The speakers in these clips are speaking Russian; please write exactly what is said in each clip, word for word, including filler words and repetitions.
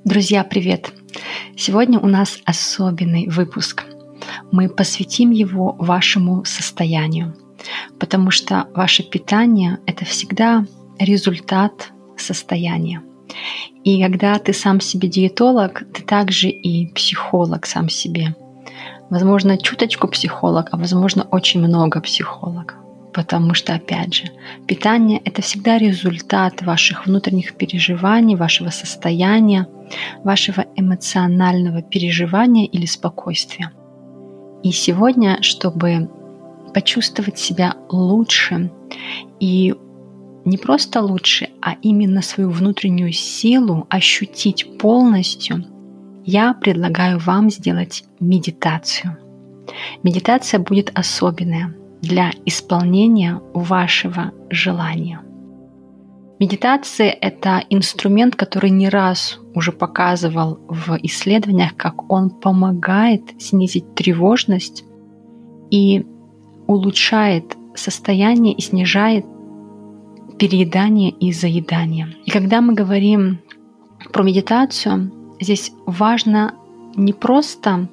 Друзья, привет! Сегодня у нас особенный выпуск. Мы посвятим его вашему состоянию, потому что ваше питание — это всегда результат состояния. И когда ты сам себе диетолог, ты также и психолог сам себе. Возможно, чуточку психолог, а возможно, очень много психолог. Потому что, опять же, питание — это всегда результат ваших внутренних переживаний, вашего состояния, вашего эмоционального переживания или спокойствия. И сегодня, чтобы почувствовать себя лучше, и не просто лучше, а именно свою внутреннюю силу ощутить полностью, я предлагаю вам сделать медитацию. Медитация будет особенная для исполнения вашего желания. Медитация — это инструмент, который не раз уже показывал в исследованиях, как он помогает снизить тревожность и улучшает состояние и снижает переедание и заедание. И когда мы говорим про медитацию, здесь важно не просто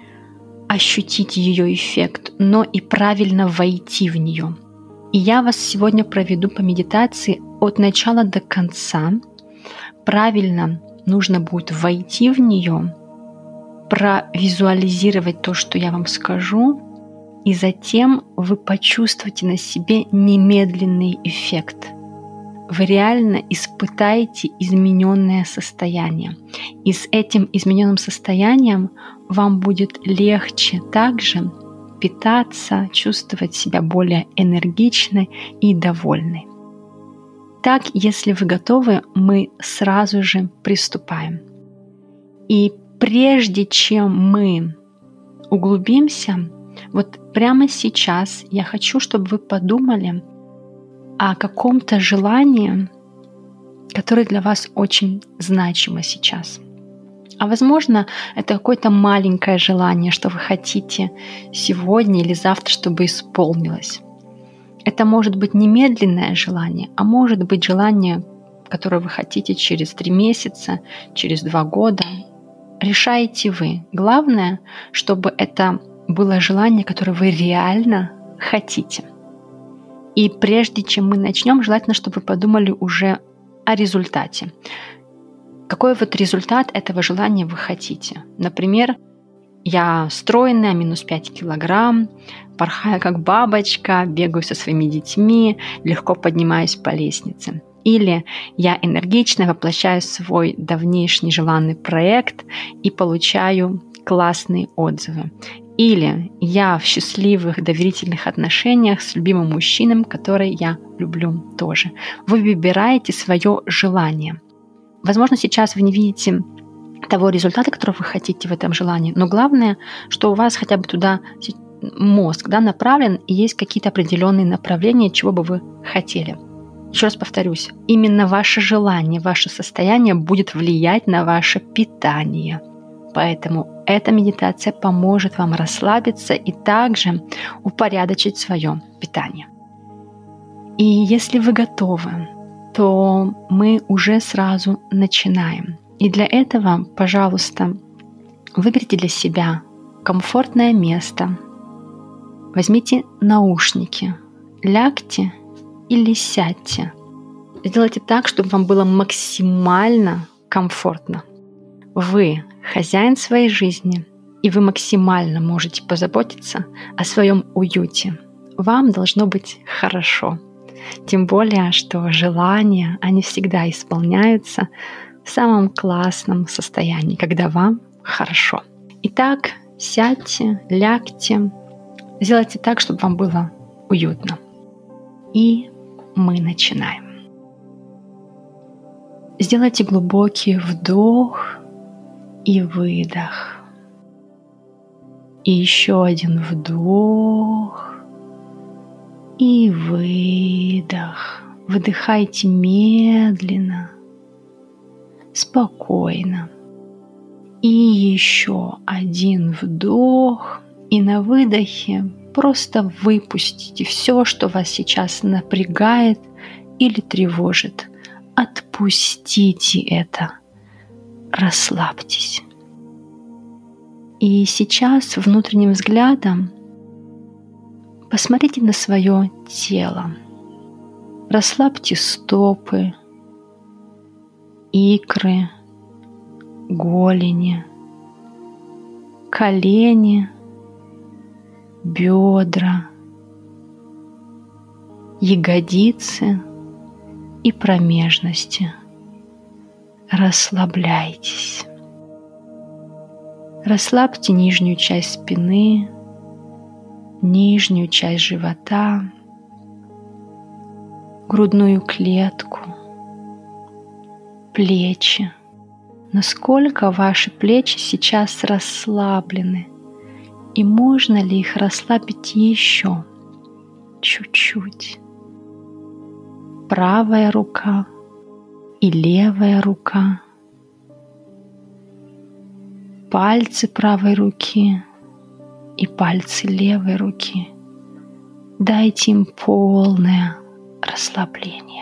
ощутить ее эффект, но и правильно войти в нее. И я вас сегодня проведу по медитации от начала до конца. Правильно нужно будет войти в нее, провизуализировать то, что я вам скажу, и затем вы почувствуете на себе немедленный эффект. Вы реально испытаете измененное состояние. И с этим измененным состоянием вам будет легче также питаться, чувствовать себя более энергичной и довольной. Так, если вы готовы, мы сразу же приступаем. И прежде чем мы углубимся, вот прямо сейчас я хочу, чтобы вы подумали о каком-то желании, которое для вас очень значимо сейчас. А возможно, это какое-то маленькое желание, что вы хотите сегодня или завтра, чтобы исполнилось. Это может быть немедленное желание, а может быть желание, которое вы хотите через три месяца, через два года. Решаете вы. Главное, чтобы это было желание, которое вы реально хотите. И прежде чем мы начнем, желательно, чтобы вы подумали уже о результате. Какой вот результат этого желания вы хотите? Например, я стройная, минус пять килограмм, порхаю как бабочка, бегаю со своими детьми, легко поднимаюсь по лестнице. Или я энергично воплощаю свой давнейший желанный проект и получаю классные отзывы. Или я в счастливых доверительных отношениях с любимым мужчиной, который я люблю тоже. Вы выбираете свое желание. Возможно, сейчас вы не видите того результата, которого вы хотите в этом желании, но главное, что у вас хотя бы туда мозг, да, направлен, и есть какие-то определенные направления, чего бы вы хотели. Еще раз повторюсь, именно ваше желание, ваше состояние будет влиять на ваше питание. Поэтому эта медитация поможет вам расслабиться и также упорядочить свое питание. И если вы готовы, то мы уже сразу начинаем. И для этого, пожалуйста, выберите для себя комфортное место, возьмите наушники, лягте или сядьте. Сделайте так, чтобы вам было максимально комфортно. Вы хозяин своей жизни, и вы максимально можете позаботиться о своем уюте. Вам должно быть хорошо. Тем более, что желания, они всегда исполняются в самом классном состоянии, когда вам хорошо. Итак, сядьте, лягте, сделайте так, чтобы вам было уютно. И мы начинаем. Сделайте глубокий вдох и выдох. И еще один вдох и выдох. Выдыхайте медленно, спокойно. И еще один вдох. И на выдохе просто выпустите все, что вас сейчас напрягает или тревожит. Отпустите это. расслабьтесь. И сейчас внутренним взглядом посмотрите на свое тело. Расслабьте стопы, икры, голени, колени, бедра, ягодицы и промежности. Расслабляйтесь. Расслабьте нижнюю часть спины, нижнюю часть живота, грудную клетку, плечи. Насколько ваши плечи сейчас расслаблены, и можно ли их расслабить еще чуть-чуть? Правая рука и левая рука, пальцы правой руки и пальцы левой руки. Дайте им полное расслабление.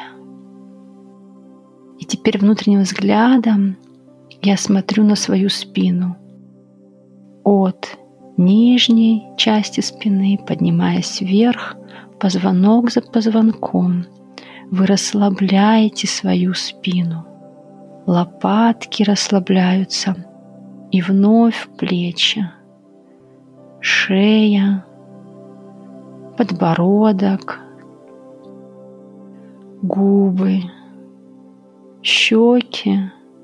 И теперь внутренним взглядом я смотрю на свою спину. От нижней части спины, поднимаясь вверх, позвонок за позвонком, вы расслабляете свою спину. Лопатки расслабляются, и вновь плечи, шея, подбородок, губы, щеки,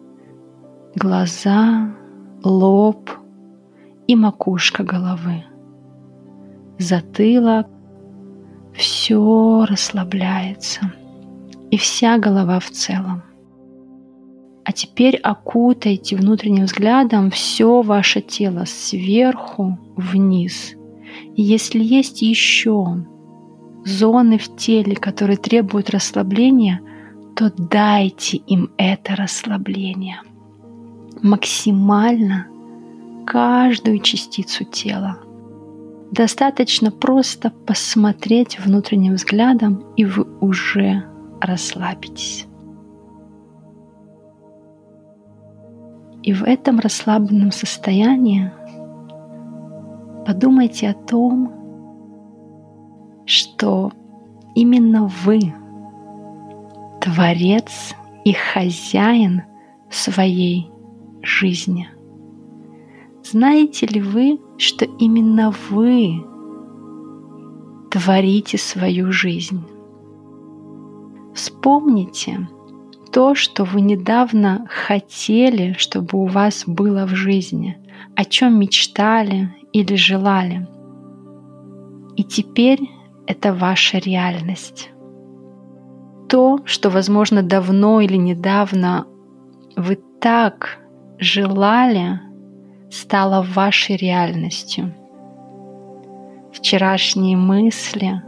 глаза, лоб и макушка головы. Затылок, все расслабляется, и вся голова в целом. А теперь окутайте внутренним взглядом все ваше тело сверху вниз. И если есть еще зоны в теле, которые требуют расслабления, то дайте им это расслабление. Максимально каждую частицу тела. Достаточно просто посмотреть внутренним взглядом, и вы уже расслабитесь. И в этом расслабленном состоянии подумайте о том, что именно вы творец и хозяин своей жизни. Знаете ли вы, что именно вы творите свою жизнь? Вспомните то, что вы недавно хотели, чтобы у вас было в жизни, о чем мечтали или желали. И теперь это ваша реальность. То, что, возможно, давно или недавно вы так желали, стало вашей реальностью. Вчерашние мысли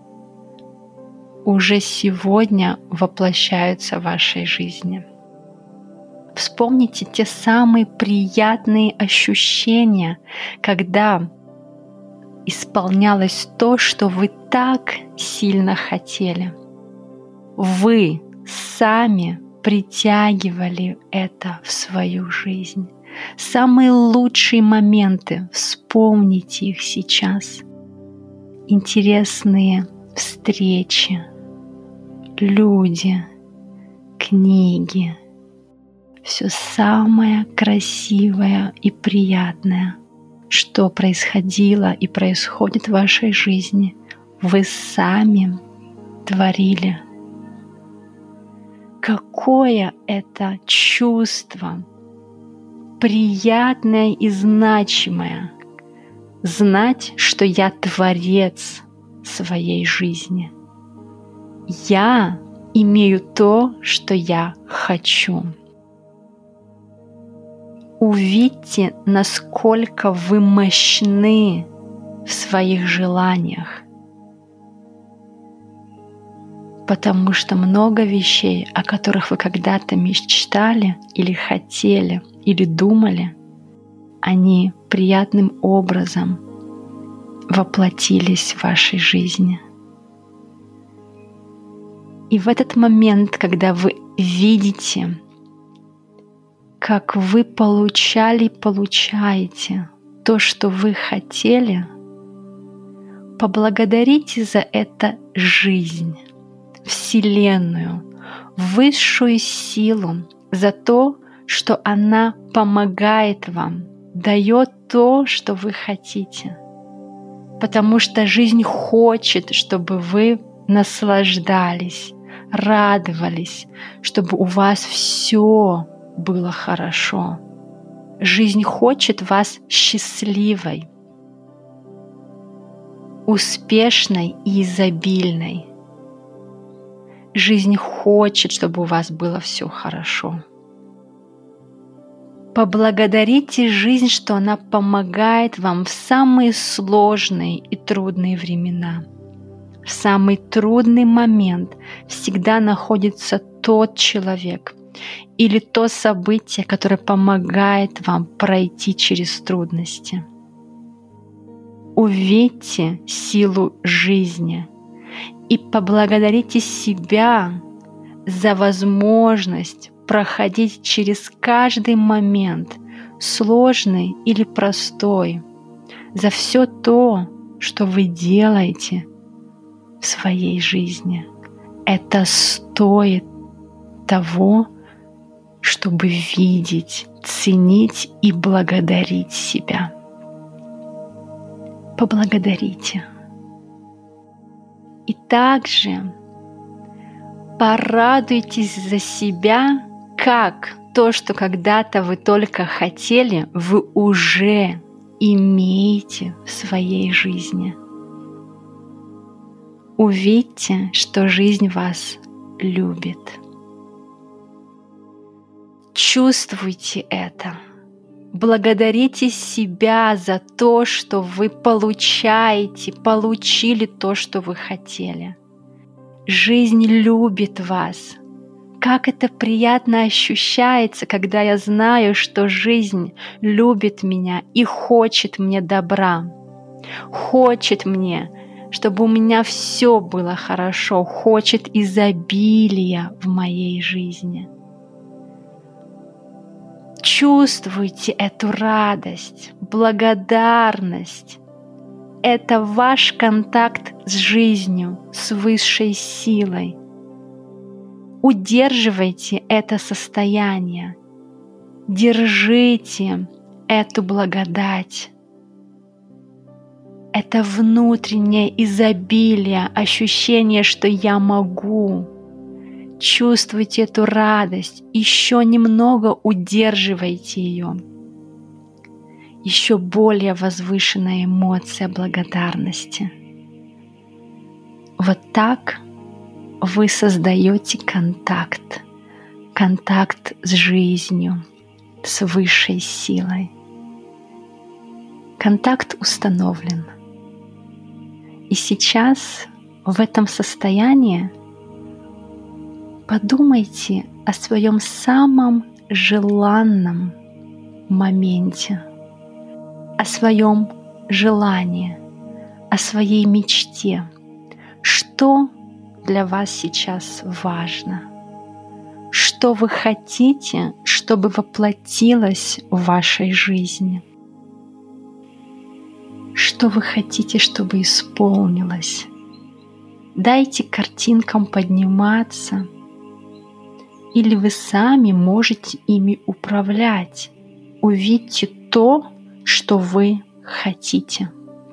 уже сегодня воплощаются в вашей жизни. Вспомните те самые приятные ощущения, когда исполнялось то, что вы так сильно хотели. Вы сами притягивали это в свою жизнь. Самые лучшие моменты, вспомните их сейчас. Интересные встречи, люди, книги, все самое красивое и приятное, что происходило и происходит в вашей жизни, вы сами творили. Какое это чувство, приятное и значимое, знать, что я творец своей жизни. Я имею то, что я хочу. Увидьте, насколько вы мощны в своих желаниях, потому что много вещей, о которых вы когда-то мечтали или хотели, или думали, они приятным образом воплотились в вашей жизни. И в этот момент, когда вы видите, как вы получали, получаете то, что вы хотели, поблагодарите за это жизнь, Вселенную, высшую силу за то, что она помогает вам, дает то, что вы хотите. Потому что жизнь хочет, чтобы вы наслаждались, радовались, чтобы у вас все было хорошо. Жизнь хочет вас счастливой, успешной и изобильной. Жизнь хочет, чтобы у вас было все хорошо. Поблагодарите жизнь, что она помогает вам в самые сложные и трудные времена. В самый трудный момент всегда находится тот человек или то событие, которое помогает вам пройти через трудности. Увидьте силу жизни и поблагодарите себя за возможность проходить через каждый момент, сложный или простой, за все то, что вы делаете в своей жизни. Это стоит того, чтобы видеть, ценить и благодарить себя. Поблагодарите. И также порадуйтесь за себя, как то, что когда-то вы только хотели, вы уже имеете в своей жизни. Увидьте, что жизнь вас любит. Чувствуйте это. Благодарите себя за то, что вы получаете, получили то, что вы хотели. Жизнь любит вас. Как это приятно ощущается, когда я знаю, что жизнь любит меня и хочет мне добра. Хочет мне, чтобы у меня все было хорошо, хочет изобилия в моей жизни. Чувствуйте эту радость, благодарность. Это ваш контакт с жизнью, с высшей силой. Удерживайте это состояние. Держите эту благодать. Это внутреннее изобилие, ощущение, что я могу. Чувствуйте эту радость, еще немного удерживайте ее. Еще более возвышенная эмоция благодарности. Вот так вы создаете контакт, контакт с жизнью, с высшей силой. Контакт установлен. И сейчас в этом состоянии подумайте о своем самом желанном моменте, о своем желании, о своей мечте. Что для вас сейчас важно? Что вы хотите, чтобы воплотилось в вашей жизни? Что вы хотите, чтобы исполнилось? Дайте картинкам подниматься, или вы сами можете ими управлять. Увидьте то, что вы хотите.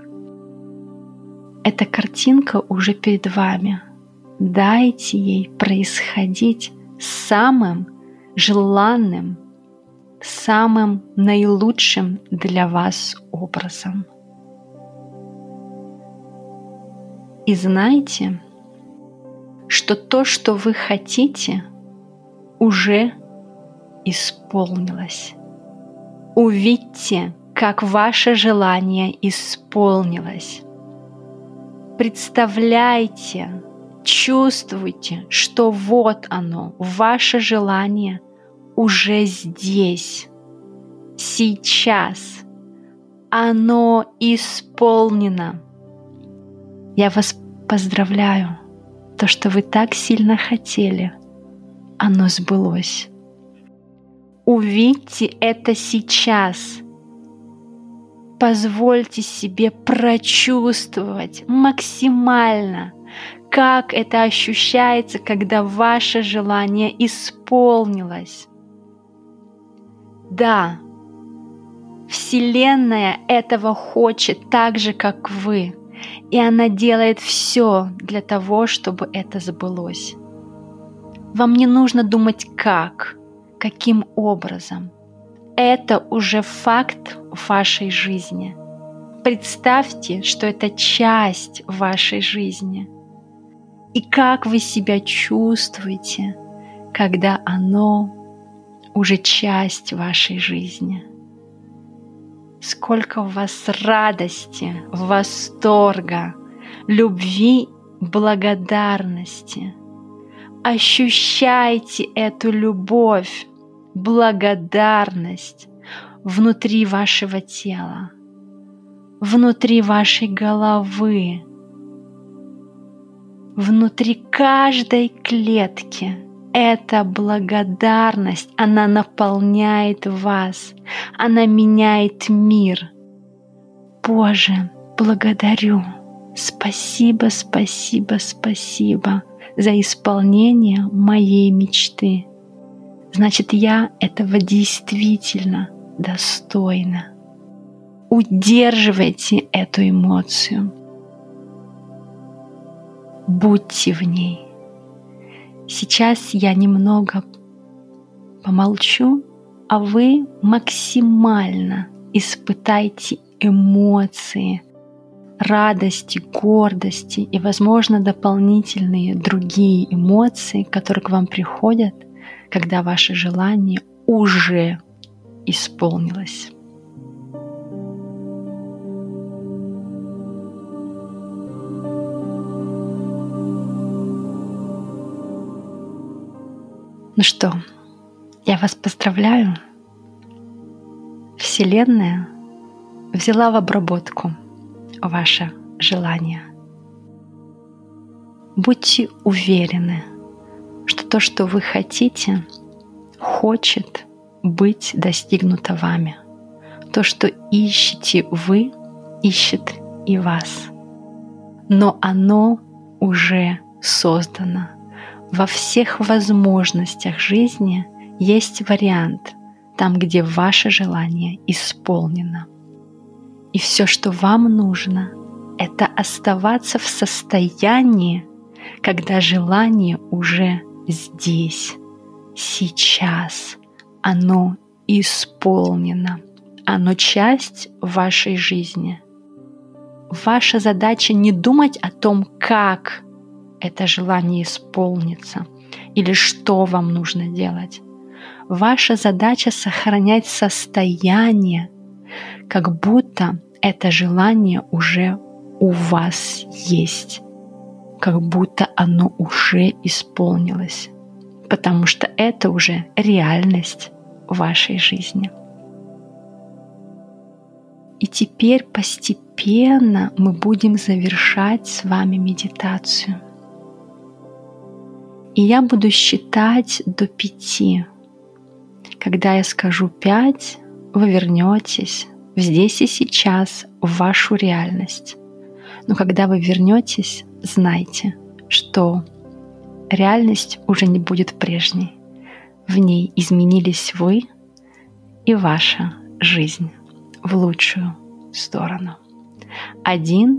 Эта картинка уже перед вами. Дайте ей происходить самым желанным, самым наилучшим для вас образом. И знайте, что то, что вы хотите, уже исполнилось. Увидьте, как ваше желание исполнилось. Представляйте, чувствуйте, что вот оно, ваше желание уже здесь, сейчас. Оно исполнено. Я вас поздравляю. То, что вы так сильно хотели, оно сбылось. Увидьте это сейчас. Позвольте себе прочувствовать максимально, как это ощущается, когда ваше желание исполнилось. Да, Вселенная этого хочет так же, как вы, и она делает все для того, чтобы это сбылось. Вам не нужно думать как, каким образом. Это уже факт в вашей жизни. Представьте, что это часть вашей жизни. И как вы себя чувствуете, когда оно уже часть вашей жизни. Сколько в вас радости, восторга, любви, благодарности. Ощущайте эту любовь, благодарность внутри вашего тела, внутри вашей головы, внутри каждой клетки. Эта благодарность, она наполняет вас, она меняет мир. Боже, благодарю. Спасибо, спасибо, спасибо за исполнение моей мечты. Значит, я этого действительно достойна. Удерживайте эту эмоцию. Будьте в ней. Сейчас я немного помолчу, а вы максимально испытайте эмоции радости, гордости и, возможно, дополнительные другие эмоции, которые к вам приходят, когда ваше желание уже исполнилось. Ну что, я вас поздравляю. Вселенная взяла в обработку ваше желание. Будьте уверены, что то, что вы хотите, хочет быть достигнуто вами. То, что ищете вы, ищет и вас. Но оно уже создано. Во всех возможностях жизни есть вариант, там, где ваше желание исполнено. И все, что вам нужно, это оставаться в состоянии, когда желание уже здесь, сейчас, оно исполнено, оно часть вашей жизни. Ваша задача не думать о том, как это желание исполнится или что вам нужно делать. Ваша задача сохранять состояние, как будто это желание уже у вас есть, как будто оно уже исполнилось, потому что это уже реальность вашей жизни. И теперь постепенно мы будем завершать с вами медитацию. И я буду считать до пяти. Когда я скажу пять, вы вернетесь в здесь и сейчас, в вашу реальность. Но когда вы вернетесь, знайте, что реальность уже не будет прежней. В ней изменились вы и ваша жизнь в лучшую сторону. Один,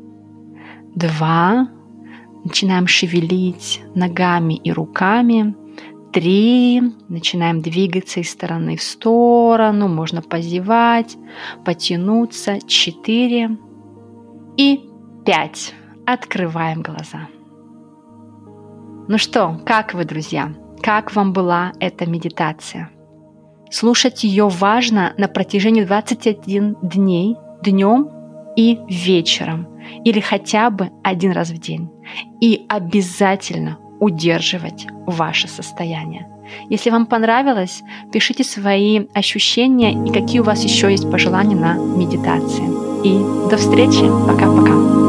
два, начинаем шевелить ногами и руками. Три, начинаем двигаться из стороны в сторону, можно позевать, потянуться. Четыре и пять. Открываем глаза. Ну что, как вы, друзья? Как вам была эта медитация? Слушать ее важно на протяжении двадцати одних дней, днем и вечером, или хотя бы один раз в день. И обязательно удерживать ваше состояние. Если вам понравилось, пишите свои ощущения и какие у вас еще есть пожелания на медитации. И до встречи. Пока-пока.